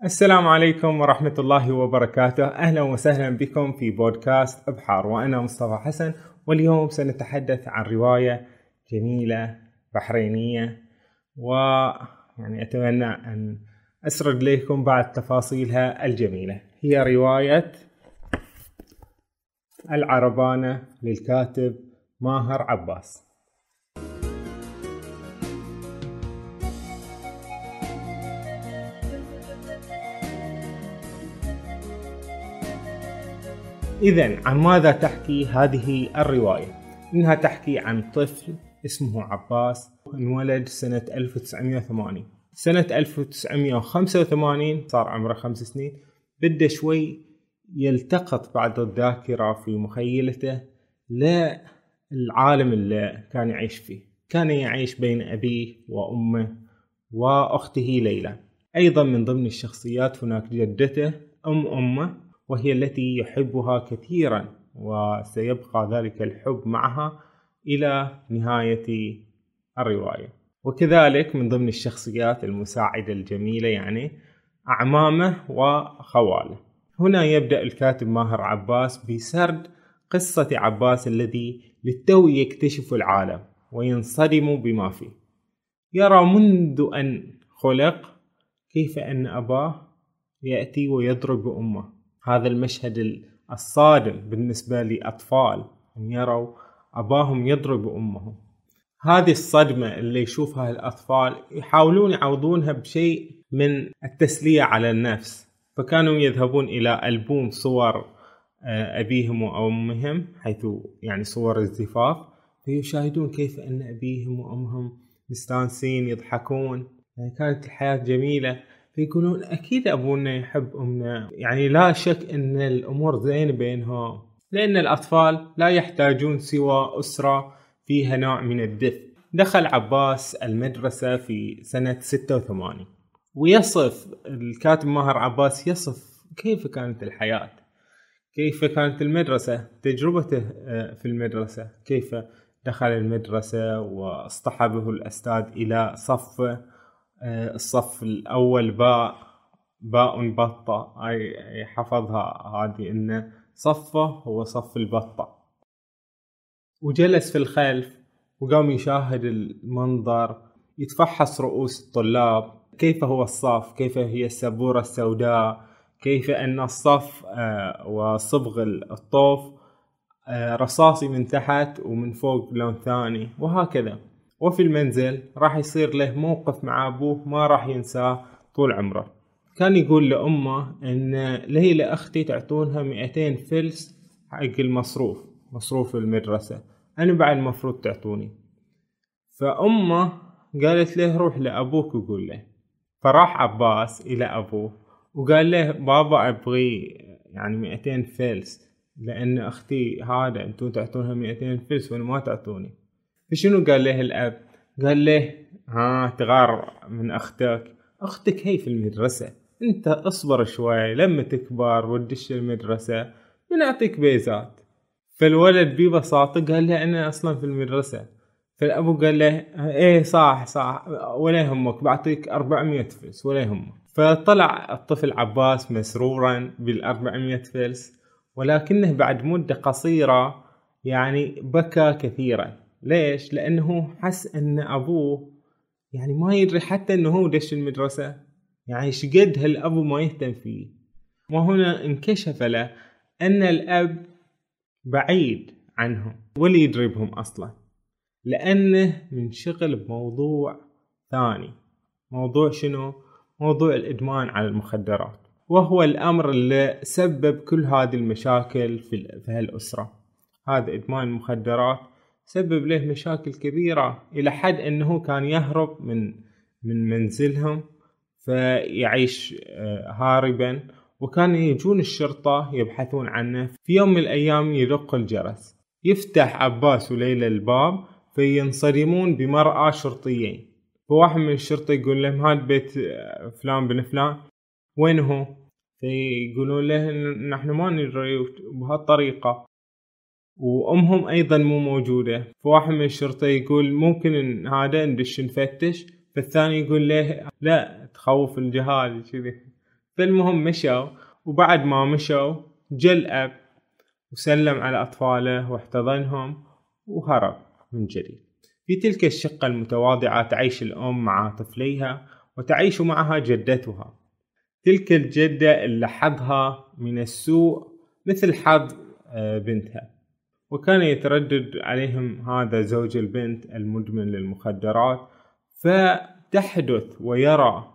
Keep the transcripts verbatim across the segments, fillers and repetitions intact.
السلام عليكم ورحمة الله وبركاته. أهلا وسهلا بكم في بودكاست أبحار، وأنا مصطفى حسن، واليوم سنتحدث عن رواية جميلة بحرينية، ويعني أتمنى أن أسرد لكم بعض تفاصيلها الجميلة. هي رواية العربانة للكاتب ماهر عباس. إذن عن ماذا تحكي هذه الرواية؟ إنها تحكي عن طفل اسمه عباس، انولد سنة ألف وتسعمائة وثمانين. سنة ألف وتسعمائة وخمسة وثمانين صار عمره خمس سنين، بدأ شوي يلتقط بعض الذاكرة في مخيلته للعالم اللي كان يعيش فيه. كان يعيش بين أبيه وأمه وأخته ليلى. أيضا من ضمن الشخصيات هناك جدته أم أمه، وهي التي يحبها كثيرا، وسيبقى ذلك الحب معها إلى نهاية الرواية. وكذلك من ضمن الشخصيات المساعدة الجميلة يعني أعمامه وخواله. هنا يبدأ الكاتب ماهر عباس بسرد قصة عباس الذي للتو يكتشف العالم وينصدم بما فيه. يرى منذ أن خلق كيف أن أباه يأتي ويضرب أمه. هذا المشهد الصادم بالنسبة لأطفال، أن يروا أباهم يضرب أمهم. هذه الصدمة اللي يشوفها الأطفال يحاولون يعوضونها بشيء من التسلية على النفس، فكانوا يذهبون إلى ألبوم صور أبيهم وأمهم، حيث يعني صور الزفاف، فيشاهدون كيف أن أبيهم وأمهم مستانسين يضحكون، يعني كانت الحياة جميلة. فيقولون أكيد أبونا يحب أمنا، يعني لا شك أن الأمور زين بينها، لأن الأطفال لا يحتاجون سوى أسرة فيها نوع من الدفء. دخل عباس المدرسة في سنة ستة وثمانين، ويصف الكاتب ماهر عباس يصف كيف كانت الحياة، كيف كانت المدرسة، تجربته في المدرسة، كيف دخل المدرسة واصطحبه الأستاذ إلى صفه. الصف الأول باء باء بطة، أي حفظها هذه، إن صفه هو صف البطة. وجلس في الخلف وقام يشاهد المنظر، يتفحص رؤوس الطلاب، كيف هو الصف، كيف هي السبورة السوداء، كيف أن الصف وصبغ الطوف رصاصي من تحت ومن فوق لون ثاني، وهكذا. وفي المنزل راح يصير له موقف مع أبوه ما راح ينساه طول عمره. كان يقول لأمه إن ليلى أختي تعطونها مئتين فلس حق المصروف، مصروف المدرسة، أنا بعد المفروض تعطوني. فأمه قالت له روح لأبوك وقول له. فراح عباس إلى أبوه وقال له بابا أبغي يعني مئتين فلس، لأن أختي هذا أنتوا تعطونها مئتين فلس وأنا ما تعطوني. فشنو قال له الأب؟ قال له ها تغار من أختك، أختك هي في المدرسة، أنت أصبر شوي لما تكبر وتدش المدرسة بنعطيك بيزات. فالولد ببساطة قال له أنا أصلا في المدرسة. فالأبو قال له إيه صح صح ولا يهمك، بعطيك أربعمية فلس ولا يهمك. فطلع الطفل عباس مسرورا بالأربعمية فلس، ولكنه بعد مدة قصيرة يعني بكى كثيرا. ليش؟ لأنه حس أن أبوه يعني ما يدري حتى أنه هو دش المدرسة، يعني شقد هالأبو ما يهتم فيه. وهنا انكشف له أن الأب بعيد عنهم ولا يدري بهم أصلا، لأنه منشغل بموضوع ثاني. موضوع شنو؟ موضوع الإدمان على المخدرات، وهو الأمر اللي سبب كل هذه المشاكل في هالأسرة. هذا إدمان المخدرات سبب له مشاكل كبيرة، إلى حد أنه كان يهرب من من منزلهم فيعيش هاربا، وكان يجون الشرطة يبحثون عنه. في يوم من الأيام يدق الجرس، يفتح عباس وليلى الباب فينصدمون بمرأة شرطيين. فواحد من الشرطة يقول لهم هذا بيت فلان بن فلان، وين هو؟ فيقولون له نحن ما ندري بهالطريقة، وأمهم أيضا مو موجودة. فواحد من الشرطة يقول ممكن إن هذا ندش نفتش، فالثاني يقول له لا تخوف الجهال كذي. فالمهم مشوا، وبعد ما مشوا جاء الأب وسلم على أطفاله واحتضنهم وهرب من جديد. في تلك الشقة المتواضعة تعيش الأم مع طفليها، وتعيش معها جدتها، تلك الجدة اللي حظها من السوء مثل حظ بنتها. وكان يتردد عليهم هذا زوج البنت المدمن للمخدرات، فتحدث ويرى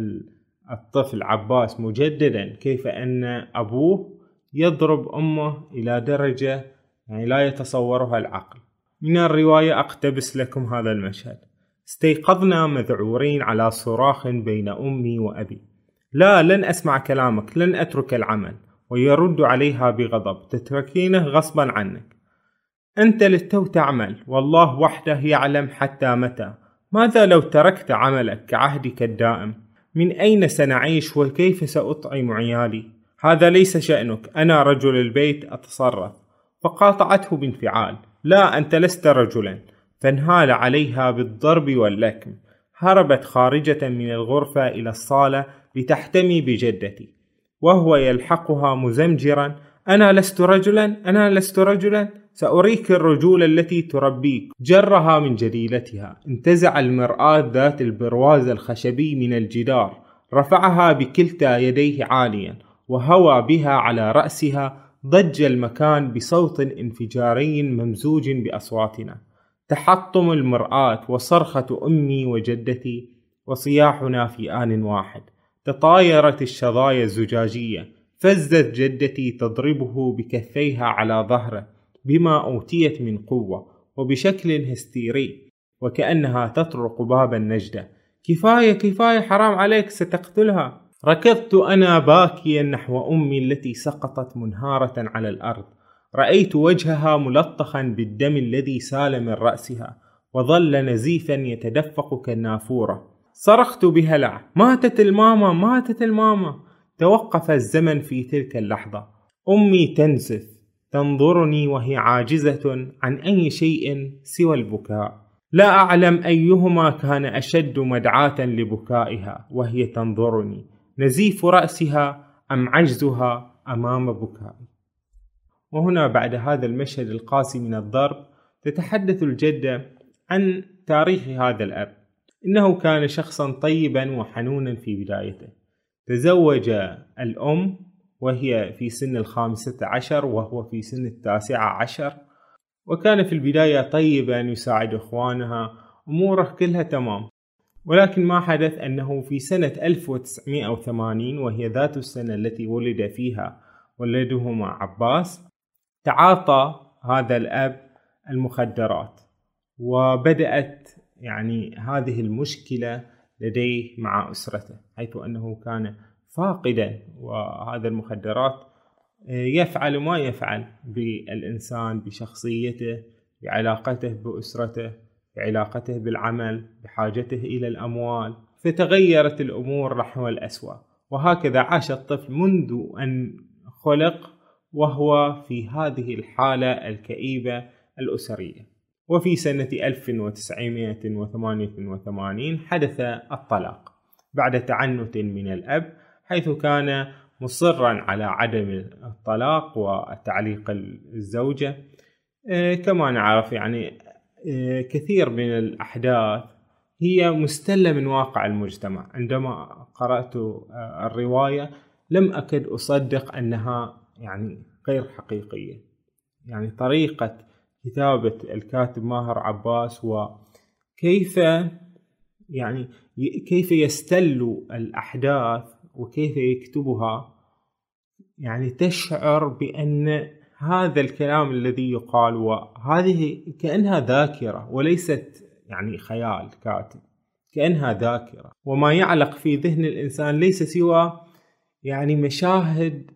الطفل عباس مجددا كيف أن أبوه يضرب أمه إلى درجة يعني لا يتصورها العقل. من الرواية أقتبس لكم هذا المشهد: استيقظنا مذعورين على صراخ بين أمي وأبي: لا، لن أسمع كلامك، لن أترك العمل. ويرد عليها بغضب: تتركينه غصبا عنك، أنت للتو تعمل، والله وحده يعلم حتى متى. ماذا لو تركت عملك كعهدك الدائم؟ من أين سنعيش وكيف سأطعم عيالي؟ هذا ليس شأنك، أنا رجل البيت أتصرف. فقاطعته بانفعال: لا، أنت لست رجلا. فانهال عليها بالضرب واللكم. هربت خارجة من الغرفة إلى الصالة لتحتمي بجدتي، وهو يلحقها مزمجرا: أنا لست رجلا، أنا لست رجلا، سأريك الرجولة التي تربيك. جرها من جديلتها، انتزع المرآة ذات البرواز الخشبي من الجدار، رفعها بكلتا يديه عاليا وهوى بها على رأسها. ضج المكان بصوت انفجاري ممزوج بأصواتنا، تحطم المرآة وصرخة أمي وجدتي وصياحنا في آن واحد. تطايرت الشظايا الزجاجية، فزت جدتي تضربه بكفيها على ظهره بما أوتيت من قوة وبشكل هستيري، وكأنها تطرق باب النجدة: كفاية كفاية، حرام عليك، ستقتلها. ركضت أنا باكيا نحو أمي التي سقطت منهارة على الأرض. رأيت وجهها ملطخا بالدم الذي سال من رأسها، وظل نزيفا يتدفق كالنافورة. صرخت بهلع: ماتت الماما، ماتت الماما. توقف الزمن في تلك اللحظة. أمي تنزف، تنظرني وهي عاجزة عن أي شيء سوى البكاء. لا أعلم أيهما كان أشد مدعاة لبكائها وهي تنظرني: نزيف رأسها أم عجزها أمام بكائي. وهنا بعد هذا المشهد القاسي من الضرب تتحدث الجدة عن تاريخ هذا الأب. إنه كان شخصا طيبا وحنونا في بدايته. تزوج الأم وهي في سن الخامسة عشر وهو في سن التاسعة عشر، وكان في البداية طيبا يساعد إخوانها، أموره كلها تمام. ولكن ما حدث أنه في سنة ألف وتسعمائة وثمانين، وهي ذات السنة التي ولد فيها ولدهما عباس، تعاطى هذا الأب المخدرات، وبدأت يعني هذه المشكلة لديه مع أسرته، حيث أنه كان فاقدا، وهذا المخدرات يفعل ما يفعل بالإنسان، بشخصيته، بعلاقته بأسرته، بعلاقته بالعمل، بحاجته إلى الأموال. فتغيرت الأمور نحو الأسوأ، وهكذا عاش الطفل منذ أن خلق وهو في هذه الحالة الكئيبة الأسرية. وفي سنة ألف وتسعمائة وثمانية وثمانين حدث الطلاق بعد تعنت من الأب، حيث كان مصرا على عدم الطلاق وتعليق الزوجة. كما نعرف يعني كثير من الأحداث هي مستلة من واقع المجتمع. عندما قرأت الرواية لم أكد أصدق أنها يعني غير حقيقية. يعني طريقة كتابة الكاتب ماهر عباس، وكيف يعني كيف يستل الأحداث وكيف يكتبها، يعني تشعر بأن هذا الكلام الذي يقال وهذه كأنها ذاكرة وليست يعني خيال كاتب، كأنها ذاكرة، وما يعلق في ذهن الإنسان ليس سوى يعني مشاهد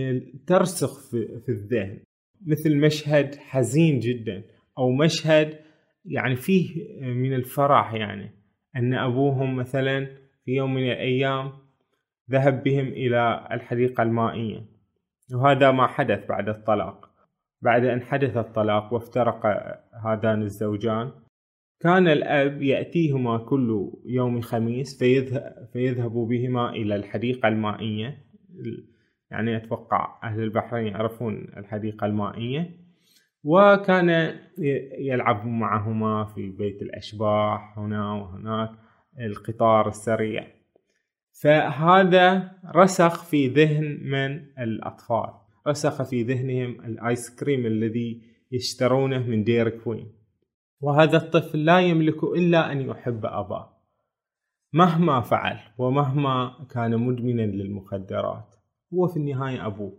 ترسخ في الذهن، مثل مشهد حزين جدا، أو مشهد يعني فيه من الفرح، يعني أن أبوهم مثلا في يوم من الأيام ذهب بهم إلى الحديقة المائية. وهذا ما حدث بعد الطلاق. بعد أن حدث الطلاق وافترق هذان الزوجان، كان الأب يأتيهما كل يوم خميس فيذهب, فيذهب بهما إلى الحديقة المائية. يعني أتوقع أهل البحرين يعرفون الحديقة المائية، وكان يلعب معهما في بيت الأشباح هنا وهناك، القطار السريع. فهذا رسخ في ذهن من الأطفال، رسخ في ذهنهم الآيس كريم الذي يشترونه من دير كوين. وهذا الطفل لا يملك إلا أن يحب أباه مهما فعل ومهما كان مدمنا للمخدرات، هو في النهاية أبوه،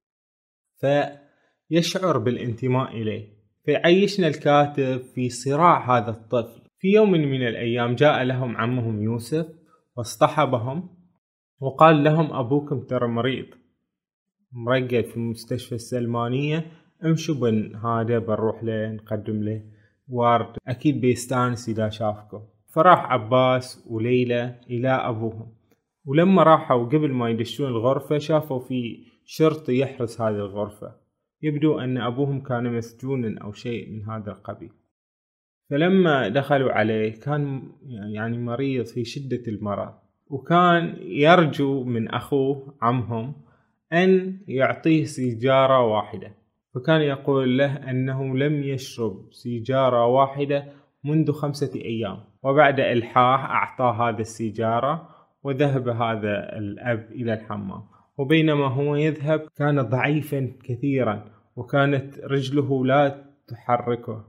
فيشعر بالانتماء إليه. فيعيشنا الكاتب في صراع هذا الطفل. في يوم من الأيام جاء لهم عمهم يوسف واصطحبهم وقال لهم أبوكم ترى مريض، مرقد في المستشفى السلمانية، امشوا بن هذا بنروح له نقدم له وارد، أكيد بيستانس إذا شافكم. فراح عباس وليلى إلى أبوهم، ولما راحوا قبل ما يدشون الغرفة شافوا في شرطي يحرس هذه الغرفة، يبدو أن أبوهم كان مسجونا أو شيء من هذا القبيل. فلما دخلوا عليه كان يعني مريض في شدة المرض، وكان يرجو من أخوه عمهم أن يعطيه سيجارة واحدة، فكان يقول له أنه لم يشرب سيجارة واحدة منذ خمسة أيام، وبعد إلحاح أعطاه هذا السيجارة وذهب هذا الأب إلى الحمام. وبينما هو يذهب كان ضعيفا كثيرا وكانت رجله لا تحركه،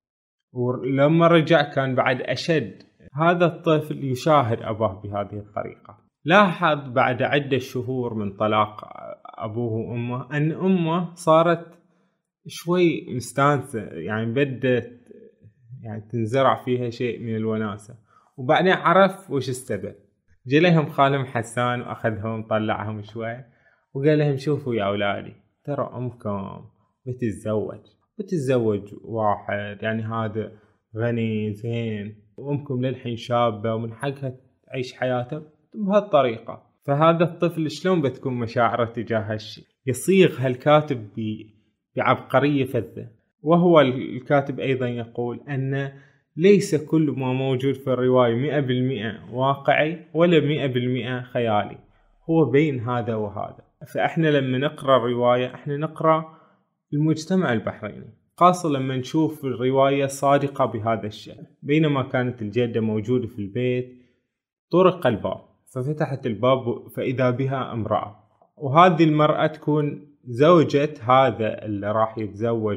ولما رجع كان بعد أشد. هذا الطفل يشاهد أباه بهذه الطريقة. لاحظ بعد عدة شهور من طلاق أبوه وأمه أن أمه صارت شوي مستانسة، يعني بدت يعني تنزرع فيها شيء من الوناسة. وبعدين عرف وش السبب، جاء لهم خالهم حسان وأخذهم طلعهم شوي وقال لهم شوفوا يا أولادي، ترى أمكم بتتزوج بتتزوج واحد يعني هذا غني زين، وأمكم للحين شابة ومن حقها تعيش حياتها بهالطريقة. فهذا الطفل شلون بتكون مشاعره تجاه هالشيء؟ يصيغ هالكاتب بعبقرية فذة. وهو الكاتب أيضا يقول أن ليس كل ما موجود في الرواية مئة بالمئة واقعي ولا مئة بالمئة خيالي، هو بين هذا وهذا. فإحنا لما نقرأ الرواية إحنا نقرأ المجتمع البحريني، خاصة لما نشوف الرواية صادقة بهذا الشيء. بينما كانت الجدة موجودة في البيت طرق الباب، ففتحت الباب فإذا بها امرأة، وهذه المرأة تكون زوجة هذا اللي راح يتزوج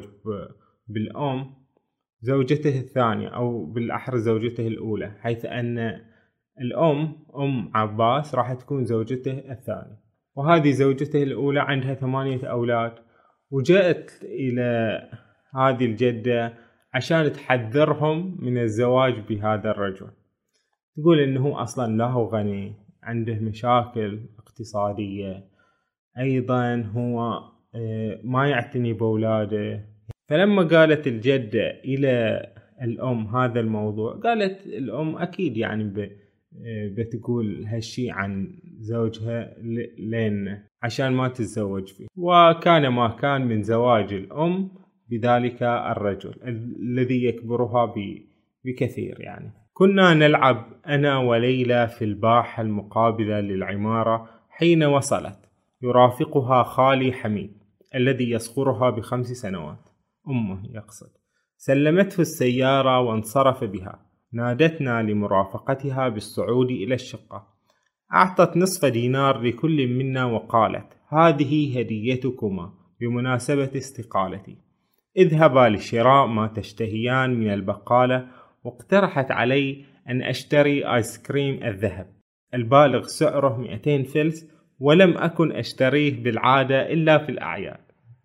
بالأم، زوجته الثانية أو بالأحرى زوجته الأولى، حيث أن الأم أم عباس راح تكون زوجته الثانية. وهذه زوجته الأولى عندها ثمانية أولاد، وجاءت إلى هذه الجدة عشان تحذرهم من الزواج بهذا الرجل. تقول إنه أصلا لا هو غني، عنده مشاكل اقتصادية، أيضا هو ما يعتني بأولاده. فلما قالت الجدة إلى الأم هذا الموضوع، قالت الأم أكيد يعني بتقول هالشي عن زوجها لين عشان ما تتزوج فيه. وكان ما كان من زواج الأم بذلك الرجل الذي يكبرها بكثير. يعني كنا نلعب أنا وليلى في الباحة المقابلة للعمارة حين وصلت، يرافقها خالي حميد الذي يصغرها بخمس سنوات، أمه يقصد. سلمته السيارة وانصرف بها، نادتنا لمرافقتها بالصعود إلى الشقة، أعطت نصف دينار لكل منا وقالت هذه هديتكما بمناسبة استقالتي، اذهبا لشراء ما تشتهيان من البقالة. واقترحت علي أن أشتري آيس كريم الذهب البالغ سعره مئتين فلس، ولم أكن أشتريه بالعادة إلا في الأعياد.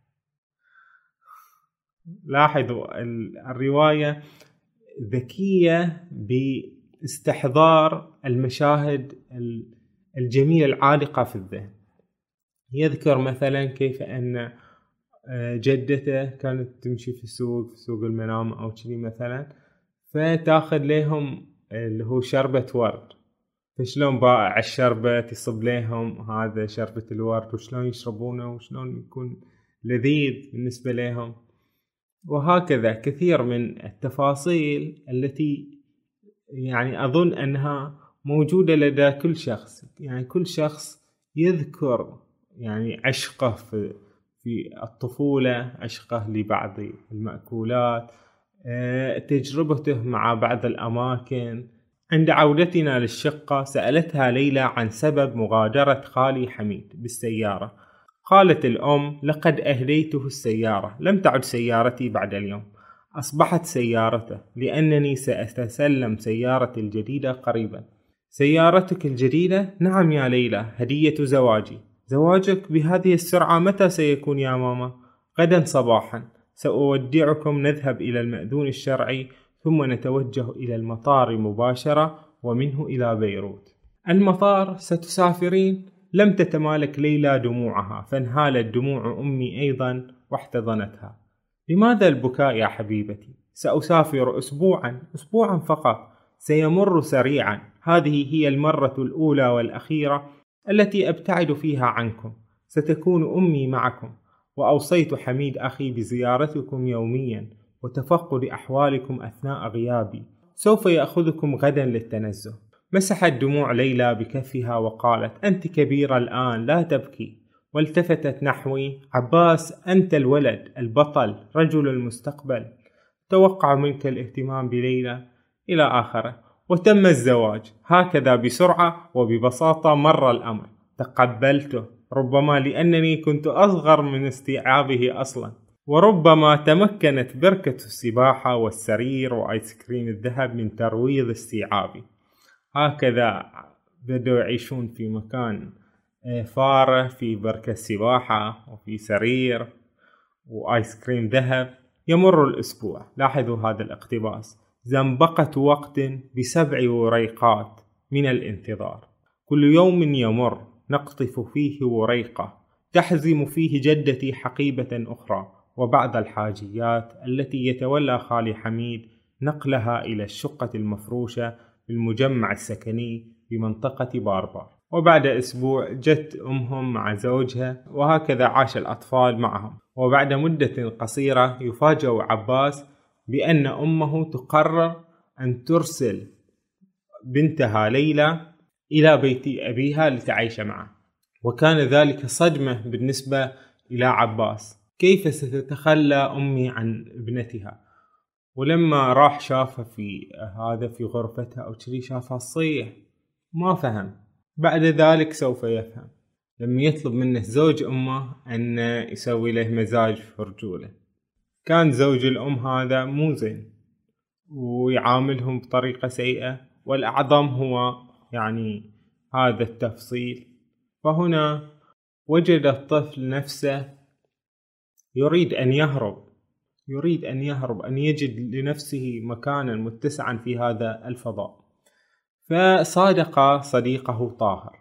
لاحظوا الرواية ذكية باستحضار المشاهد الجميلة العالقة في الذهن. يذكر مثلا كيف أن جدته كانت تمشي في السوق في سوق المنام أو شيء مثلا، فتاخذ لهم اللي هو شربة ورد، فشلون بائع الشربة يصب لهم هذا شربة الورد وشلون يشربونه وشلون يكون لذيذ بالنسبة لهم. وهكذا كثير من التفاصيل التي يعني أظن أنها موجودة لدى كل شخص. يعني كل شخص يذكر يعني عشقه في في الطفولة، عشقه لبعض المأكولات، تجربته مع بعض الأماكن. عند عودتنا للشقة سألتها ليلى عن سبب مغادرة خالي حميد بالسيارة. قالت الأم: لقد أهديته السيارة، لم تعد سيارتي بعد اليوم، أصبحت سيارته، لأنني سأتسلم سيارتي الجديدة قريبا. سيارتك الجديدة؟ نعم يا ليلى، هدية زواجي. زواجك بهذه السرعة؟ متى سيكون يا ماما؟ غدا صباحا سأودعكم، نذهب إلى المأذون الشرعي ثم نتوجه إلى المطار مباشرة ومنه إلى بيروت. المطار؟ ستسافرين؟ لم تتمالك ليلى دموعها، فانهالت دموع أمي أيضا واحتضنتها. لماذا البكاء يا حبيبتي؟ سأسافر أسبوعا، أسبوعا فقط، سيمر سريعا. هذه هي المرة الأولى والأخيرة التي أبتعد فيها عنكم، ستكون أمي معكم. وأوصيت حميد أخي بزيارتكم يوميا وتفقد أحوالكم أثناء غيابي، سوف يأخذكم غدا للتنزه. مسحت دموع ليلى بكفها وقالت: أنت كبيرة الآن، لا تبكي. والتفتت نحوي: عباس، أنت الولد البطل، رجل المستقبل، توقع منك الاهتمام بليلى، إلى آخره. وتم الزواج هكذا بسرعة وببساطة. مر الأمر، تقبلته، ربما لأنني كنت أصغر من استيعابه أصلا، وربما تمكنت بركة السباحة والسرير وآيس كريم الذهب من ترويض استيعابي. هكذا بدأوا يعيشون في مكان فارغ، في بركة سباحة وفي سرير وآيس كريم ذهب. يمر الأسبوع. لاحظوا هذا الاقتباس: زنبقة وقت بسبع وريقات من الانتظار. كل يوم يمر نقطف فيه وريقة، تحزم فيه جدتي حقيبة أخرى وبعض الحاجيات التي يتولى خالي حميد نقلها إلى الشقة المفروشة بالمجمع السكني بمنطقة باربار. وبعد أسبوع جت أمهم مع زوجها، وهكذا عاش الأطفال معهم. وبعد مدة قصيرة يفاجأ عباس بأن أمه تقرر أن ترسل بنتها ليلى إلى بيت أبيها لتعيش معه. وكان ذلك صدمة بالنسبة إلى عباس، كيف ستتخلى أمي عن ابنتها؟ ولما راح شافها في هذا في غرفتها أو شري شافها تصيح، ما فهم. بعد ذلك سوف يفهم لما يطلب منه زوج أمه أن يسوي له مزاج في رجوله. كان زوج الأم هذا مو زين ويعاملهم بطريقة سيئة، والأعظم هو يعني هذا التفصيل. فهنا وجد الطفل نفسه يريد أن يهرب، يريد أن يهرب أن يجد لنفسه مكانا متسعا في هذا الفضاء. فصادق صديقه طاهر،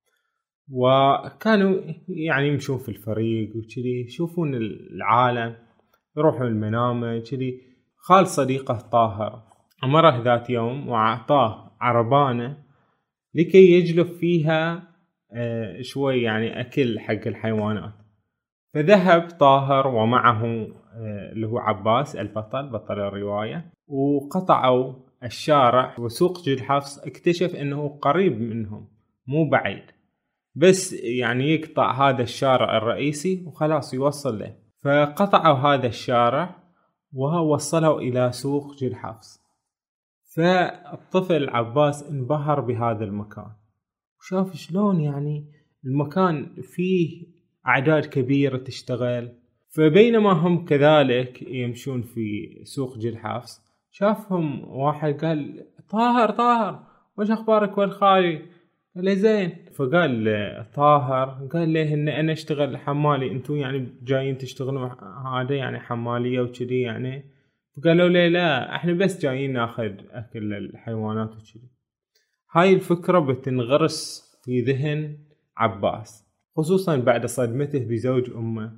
وكانوا يعني يمشون في الفريق وكذي، يشوفون العالم، يروحون المنامة كذي. خال صديقه طاهر أمره ذات يوم وأعطاه عربانة لكي يجلب فيها شوي يعني أكل حق الحيوانات. فذهب طاهر ومعه اللي هو عباس البطل، بطل الرواية، وقطعوا الشارع وسوق جيل حفص. اكتشف أنه قريب منهم مو بعيد، بس يعني يقطع هذا الشارع الرئيسي وخلاص يوصل له. فقطعوا هذا الشارع ووصله إلى سوق جيل حفص. فالطفل عباس انبهر بهذا المكان وشاف شلون يعني المكان فيه أعداد كبيرة تشتغل. فبينما هم كذلك يمشون في سوق جيل حفص، شافهم واحد قال: طاهر طاهر وش أخبارك والخالي؟ قال: زين. فقال طاهر قال له إن أنا أشتغل حمالي، أنتوا يعني جايين تشتغلوا هذا يعني حمالية وكذي يعني؟ فقالوا له: لا، احنا بس جايين ناخذ أكل الحيوانات وكذي. هاي الفكرة بتنغرس في ذهن عباس، خصوصا بعد صدمته بزوج أمه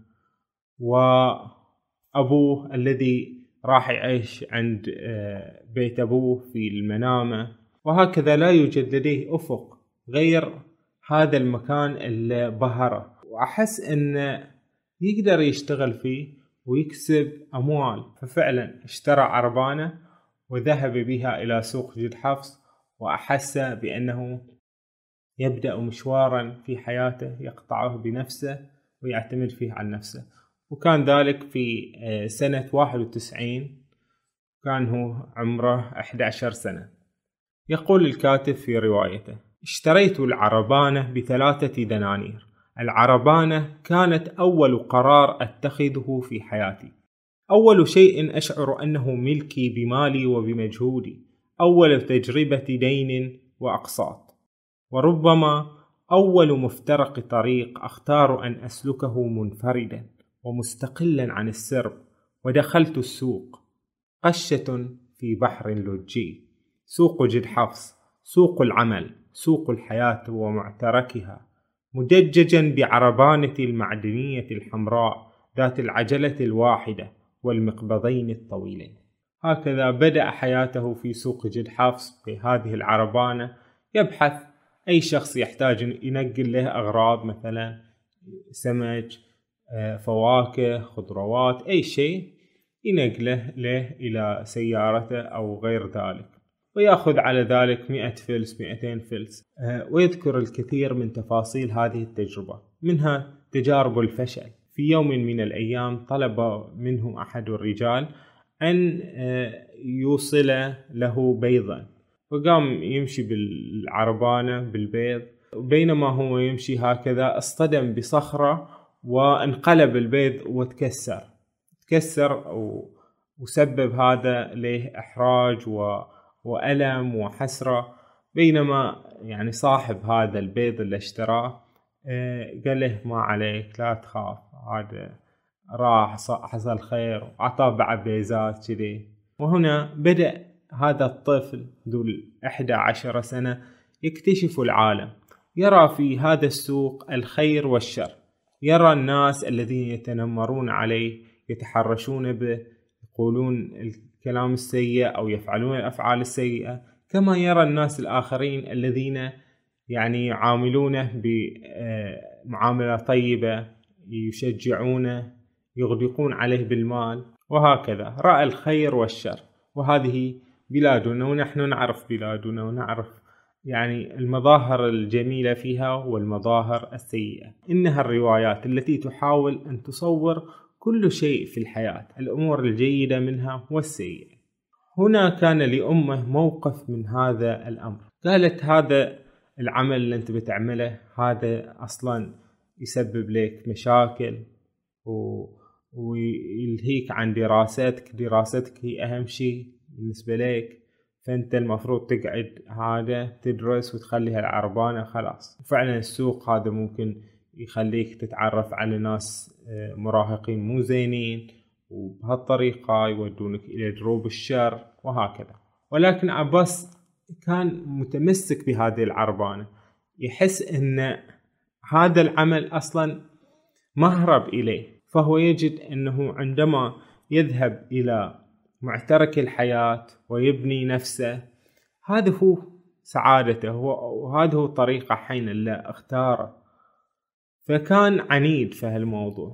وأبوه الذي راح يعيش عند بيت أبوه في المنامة، وهكذا لا يوجد لديه أفق غير هذا المكان اللي بهره، وأحس أنه يقدر يشتغل فيه ويكسب أموال. ففعلا اشترى عربانة وذهب بها إلى سوق جد حفص، وأحس بأنه يبدأ مشوارا في حياته يقطعه بنفسه ويعتمد فيه على نفسه. وكان ذلك في سنة واحد وتسعين، كان هو عمره أحد عشر سنة. يقول الكاتب في روايته: اشتريت العربانة بثلاثة دنانير. العربانة كانت أول قرار أتخذه في حياتي، أول شيء أشعر أنه ملكي بمالي وبمجهودي، أول تجربة دين وأقساط، وربما أول مفترق طريق أختار أن أسلكه منفردا ومستقلا عن السرب. ودخلت السوق، قشة في بحر لجي، سوق جد حفص، سوق العمل، سوق الحياة ومعتركها، مدججا بعربانة المعدنية الحمراء ذات العجلة الواحدة والمقبضين الطويلين. هكذا بدأ حياته في سوق جد حفص في هذه العربانة، يبحث أي شخص يحتاج ينقل له أغراض، مثلا سمك، فواكه، خضروات، أي شيء ينقله له إلى سيارته أو غير ذلك، ويأخذ على ذلك مئة فلس مئتين فلس. ويذكر الكثير من تفاصيل هذه التجربة، منها تجارب الفشل. في يوم من الأيام طلب منه أحد الرجال أن يوصل له بيضا، وقام يمشي بالعربانة بالبيض، وبينما هو يمشي هكذا اصطدم بصخرة وانقلب البيض وتكسر تكسر وسبب هذا له إحراج وألم وحسرة. بينما يعني صاحب هذا البيض اللي اشتراه قال له: ما عليك، لا تخاف، هذا راح حصل خير، وعطاه بعد بيزات كذي. وهنا بدأ هذا الطفل ذو الأحد عشر سنة يكتشف العالم، يرى في هذا السوق الخير والشر، يرى الناس الذين يتنمرون عليه، يتحرشون به، يقولون الكلام السيء أو يفعلون الأفعال السيئة، كما يرى الناس الآخرين الذين يعني يعاملونه بمعاملة طيبة، يشجعونه، يغدقون عليه بالمال، وهكذا رأى الخير والشر. وهذه بلادنا، ونحن نعرف بلادنا ونعرف يعني المظاهر الجميلة فيها والمظاهر السيئة. إنها الروايات التي تحاول أن تصور كل شيء في الحياة، الأمور الجيدة منها والسيئة. هنا كان لأمه موقف من هذا الأمر، قالت: هذا العمل اللي أنت بتعمله هذا أصلا يسبب لك مشاكل و... ويلهيك عن دراستك، دراستك هي أهم شيء بالنسبة لك، فأنت المفروض تقعد هذا تدرس وتخليها العربانة خلاص. وفعلا السوق هذا ممكن يخليك تتعرف على ناس مراهقين مو زينين، وبهالطريقة يودونك إلى دروب الشر وهكذا. ولكن عباس كان متمسك بهذه العربانة، يحس أن هذا العمل أصلا مهرب إليه، فهو يجد أنه عندما يذهب إلى معترك الحياة ويبني نفسه، هذا هو سعادته، وهذا هو طريقة حين الله اختاره. فكان عنيد في هالموضوع.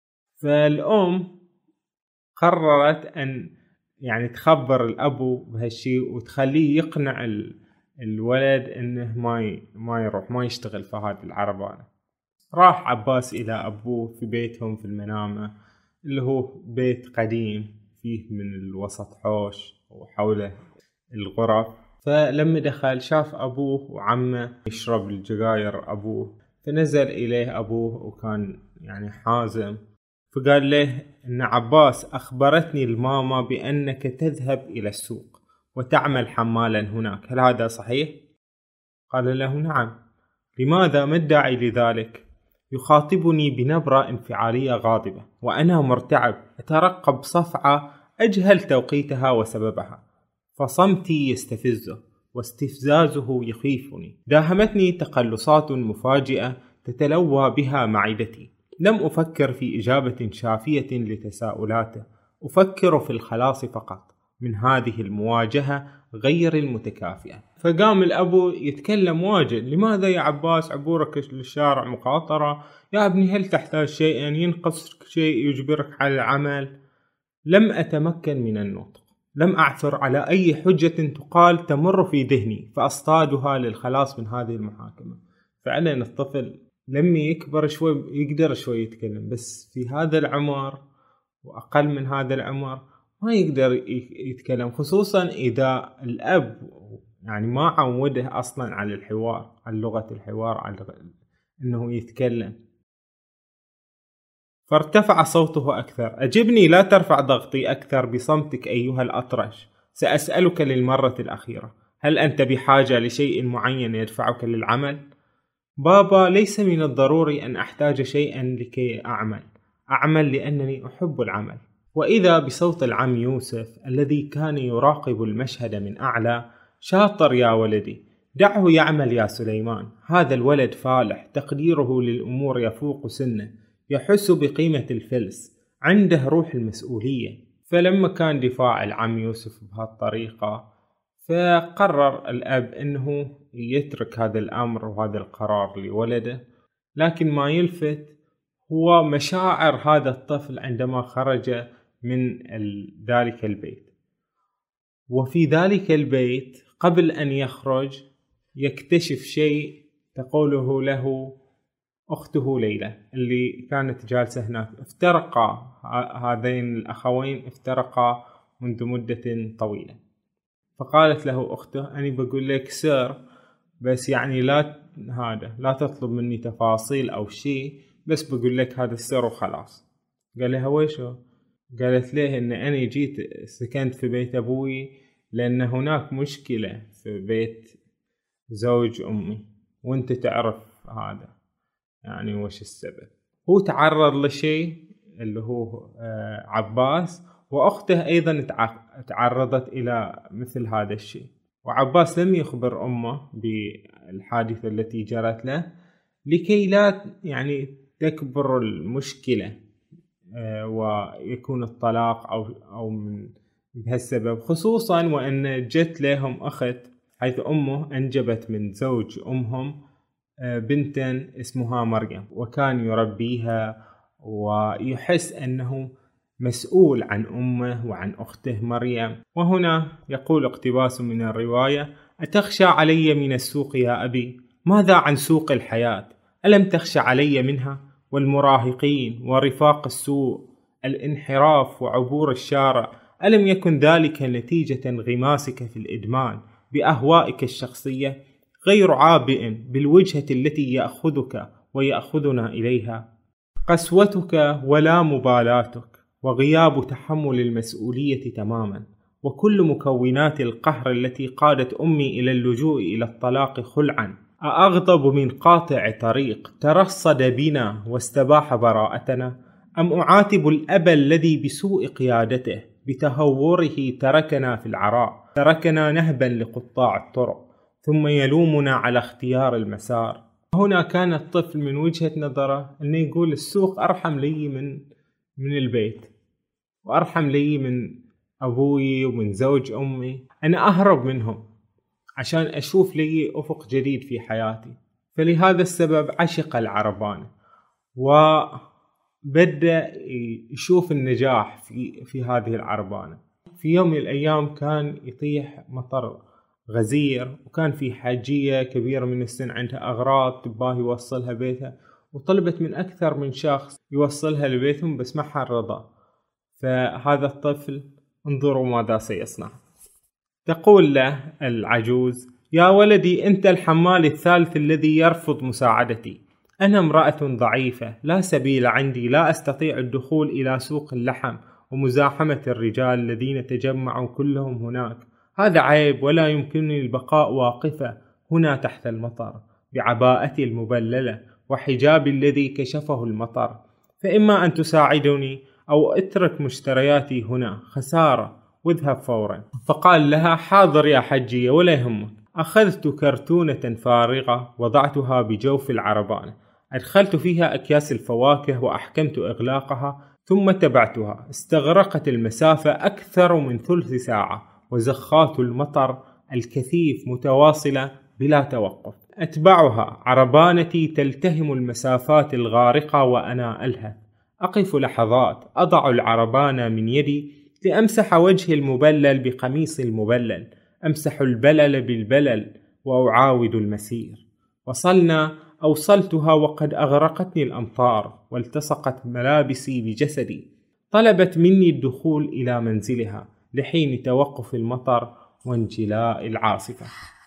فالأم قررت أن يعني تخبر الأبو بهالشيء وتخليه يقنع الولد أنه ما ما يروح ما يشتغل في هذه العربانة. راح عباس إلى أبوه في بيتهم في المنامة، اللي هو بيت قديم فيه من الوسط حوش وحوله الغرف. فلما دخل شاف أبوه وعمه يشرب الجزاير أبوه، فنزل إليه أبوه وكان يعني حازم، فقال له إن عباس أخبرتني الماما بأنك تذهب إلى السوق وتعمل حمالا هناك، هل هذا صحيح؟ قال له: نعم. لماذا؟ ما الداعي لذلك؟ يخاطبني بنبرة انفعالية غاضبة، وأنا مرتعب أترقب صفعة أجهل توقيتها وسببها، فصمتي يستفزه واستفزازه يخيفني. داهمتني تقلصات مفاجئة تتلوى بها معدتي. لم أفكر في إجابة شافية لتساؤلاته، أفكر في الخلاص فقط من هذه المواجهة غير المتكافئة. فقام الأبو يتكلم واجد: لماذا يا عباس عبورك للشارع مخاطرة؟ يا ابني هل تحتاج شيئا؟ ينقصك شيء يجبرك على العمل؟ لم أتمكن من النطق، لم أعثر على أي حجة تقال تمر في ذهني فأصطادها للخلاص من هذه المحاكمة. فعلا الطفل لما يكبر شوي يقدر شوي يتكلم، بس في هذا العمر وأقل من هذا العمر ما يقدر يتكلم، خصوصا إذا الأب يعني ما عوده أصلا على الحوار، على لغة الحوار، على أنه يتكلم. فارتفع صوته أكثر: أجبني، لا ترفع ضغطي أكثر بصمتك أيها الأطرش. سأسألك للمرة الأخيرة، هل أنت بحاجة لشيء معين يدفعك للعمل؟ بابا، ليس من الضروري أن أحتاج شيئا لكي أعمل، أعمل لأنني أحب العمل. وإذا بصوت العم يوسف الذي كان يراقب المشهد من أعلى: شاطر يا ولدي، دعه يعمل يا سليمان، هذا الولد فالح، تقديره للأمور يفوق سنه، يحس بقيمة الفلس، عنده روح المسؤولية. فلما كان دفاع العم يوسف بهالطريقة، فقرر الأب أنه يترك هذا الأمر وهذا القرار لولده. لكن ما يلفت هو مشاعر هذا الطفل عندما خرج من ذلك البيت. وفي ذلك البيت قبل أن يخرج يكتشف شيء تقوله له أخته ليلى اللي كانت جالسة هناك. افترقا هذين الأخوين، افترقا منذ مدة طويلة. فقالت له أخته: أنا بقول لك سر، بس يعني لا هذا لا تطلب مني تفاصيل أو شيء، بس بقول لك هذا السر وخلاص. قال لها: ويشو؟ قالت له إن أنا جيت سكنت في بيت أبوي لأن هناك مشكلة في بيت زوج أمي، وأنت تعرف هذا يعني وش السبب. هو تعرض لشيء اللي هو عباس، وأخته أيضا تعرضت إلى مثل هذا الشيء. وعباس لم يخبر أمه بالحادثة التي جرت له لكي لا يعني تكبر المشكلة ويكون الطلاق أو أو من بهالسبب، خصوصا وأن جت لهم أخت حيث أمه أنجبت من زوج أمهم بنتا اسمها مريم، وكان يربيها ويحس أنه مسؤول عن أمه وعن أخته مريم. وهنا يقول اقتباس من الرواية: أتخشى علي من السوق يا أبي؟ ماذا عن سوق الحياة؟ ألم تخشى علي منها؟ والمراهقين ورفاق السوء، الانحراف وعبور الشارع، ألم يكن ذلك نتيجة انغماسك في الإدمان بأهوائك الشخصية غير عابئ بالوجهة التي يأخذك ويأخذنا إليها؟ قسوتك ولا مبالاتك وغياب تحمل المسؤولية تماما، وكل مكونات القهر التي قادت أمي إلى اللجوء إلى الطلاق خلعا، أأغضب من قاطع طريق ترصد بنا واستباح براءتنا، أم أعاتب الأب الذي بسوء قيادته بتهوره تركنا في العراء، تركنا نهبا لقطاع الطرق، ثم يلومنا على اختيار المسار؟ هنا كان الطفل من وجهة نظره أنه يقول السوق أرحم لي من من البيت، وأرحم لي من أبوي ومن زوج أمي، أنا أهرب منهم عشان أشوف لي أفق جديد في حياتي. فلهذا السبب عشق العربانة، وبدأ يشوف النجاح في في هذه العربانة. في يوم من الأيام كان يطيح مطر غزير، وكان في حاجية كبيرة من السن عندها أغراض تباه يوصلها بيتها، وطلبت من أكثر من شخص يوصلها لبيتهم بس ما حد رضى. فهذا الطفل انظروا ماذا سيصنع. تقول له العجوز: يا ولدي، أنت الحمال الثالث الذي يرفض مساعدتي، أنا امرأة ضعيفة لا سبيل عندي، لا أستطيع الدخول إلى سوق اللحم ومزاحمة الرجال الذين تجمعوا كلهم هناك، هذا عيب، ولا يمكنني البقاء واقفة هنا تحت المطر بعباءتي المبللة وحجابي الذي كشفه المطر، فإما أن تساعدني أو اترك مشترياتي هنا، خسارة، واذهب فورا. فقال لها: حاضر يا حجية ولا يهمك. أخذت كرتونة فارغة وضعتها بجوف العربانة، أدخلت فيها أكياس الفواكه وأحكمت إغلاقها، ثم تبعتها. استغرقت المسافة أكثر من ثلث ساعة، وزخات المطر الكثيف متواصلة بلا توقف. أتبعها عربانتي تلتهم المسافات الغارقة وأنا ألهث. أقف لحظات أضع العربانة من يدي لأمسح وجهي المبلل بقميص المبلل، أمسح البلل بالبلل وأعاود المسير. وصلنا أوصلتها وقد أغرقتني الأمطار والتصقت ملابسي بجسدي. طلبت مني الدخول إلى منزلها لحين توقف المطر وانجلاء العاصفة،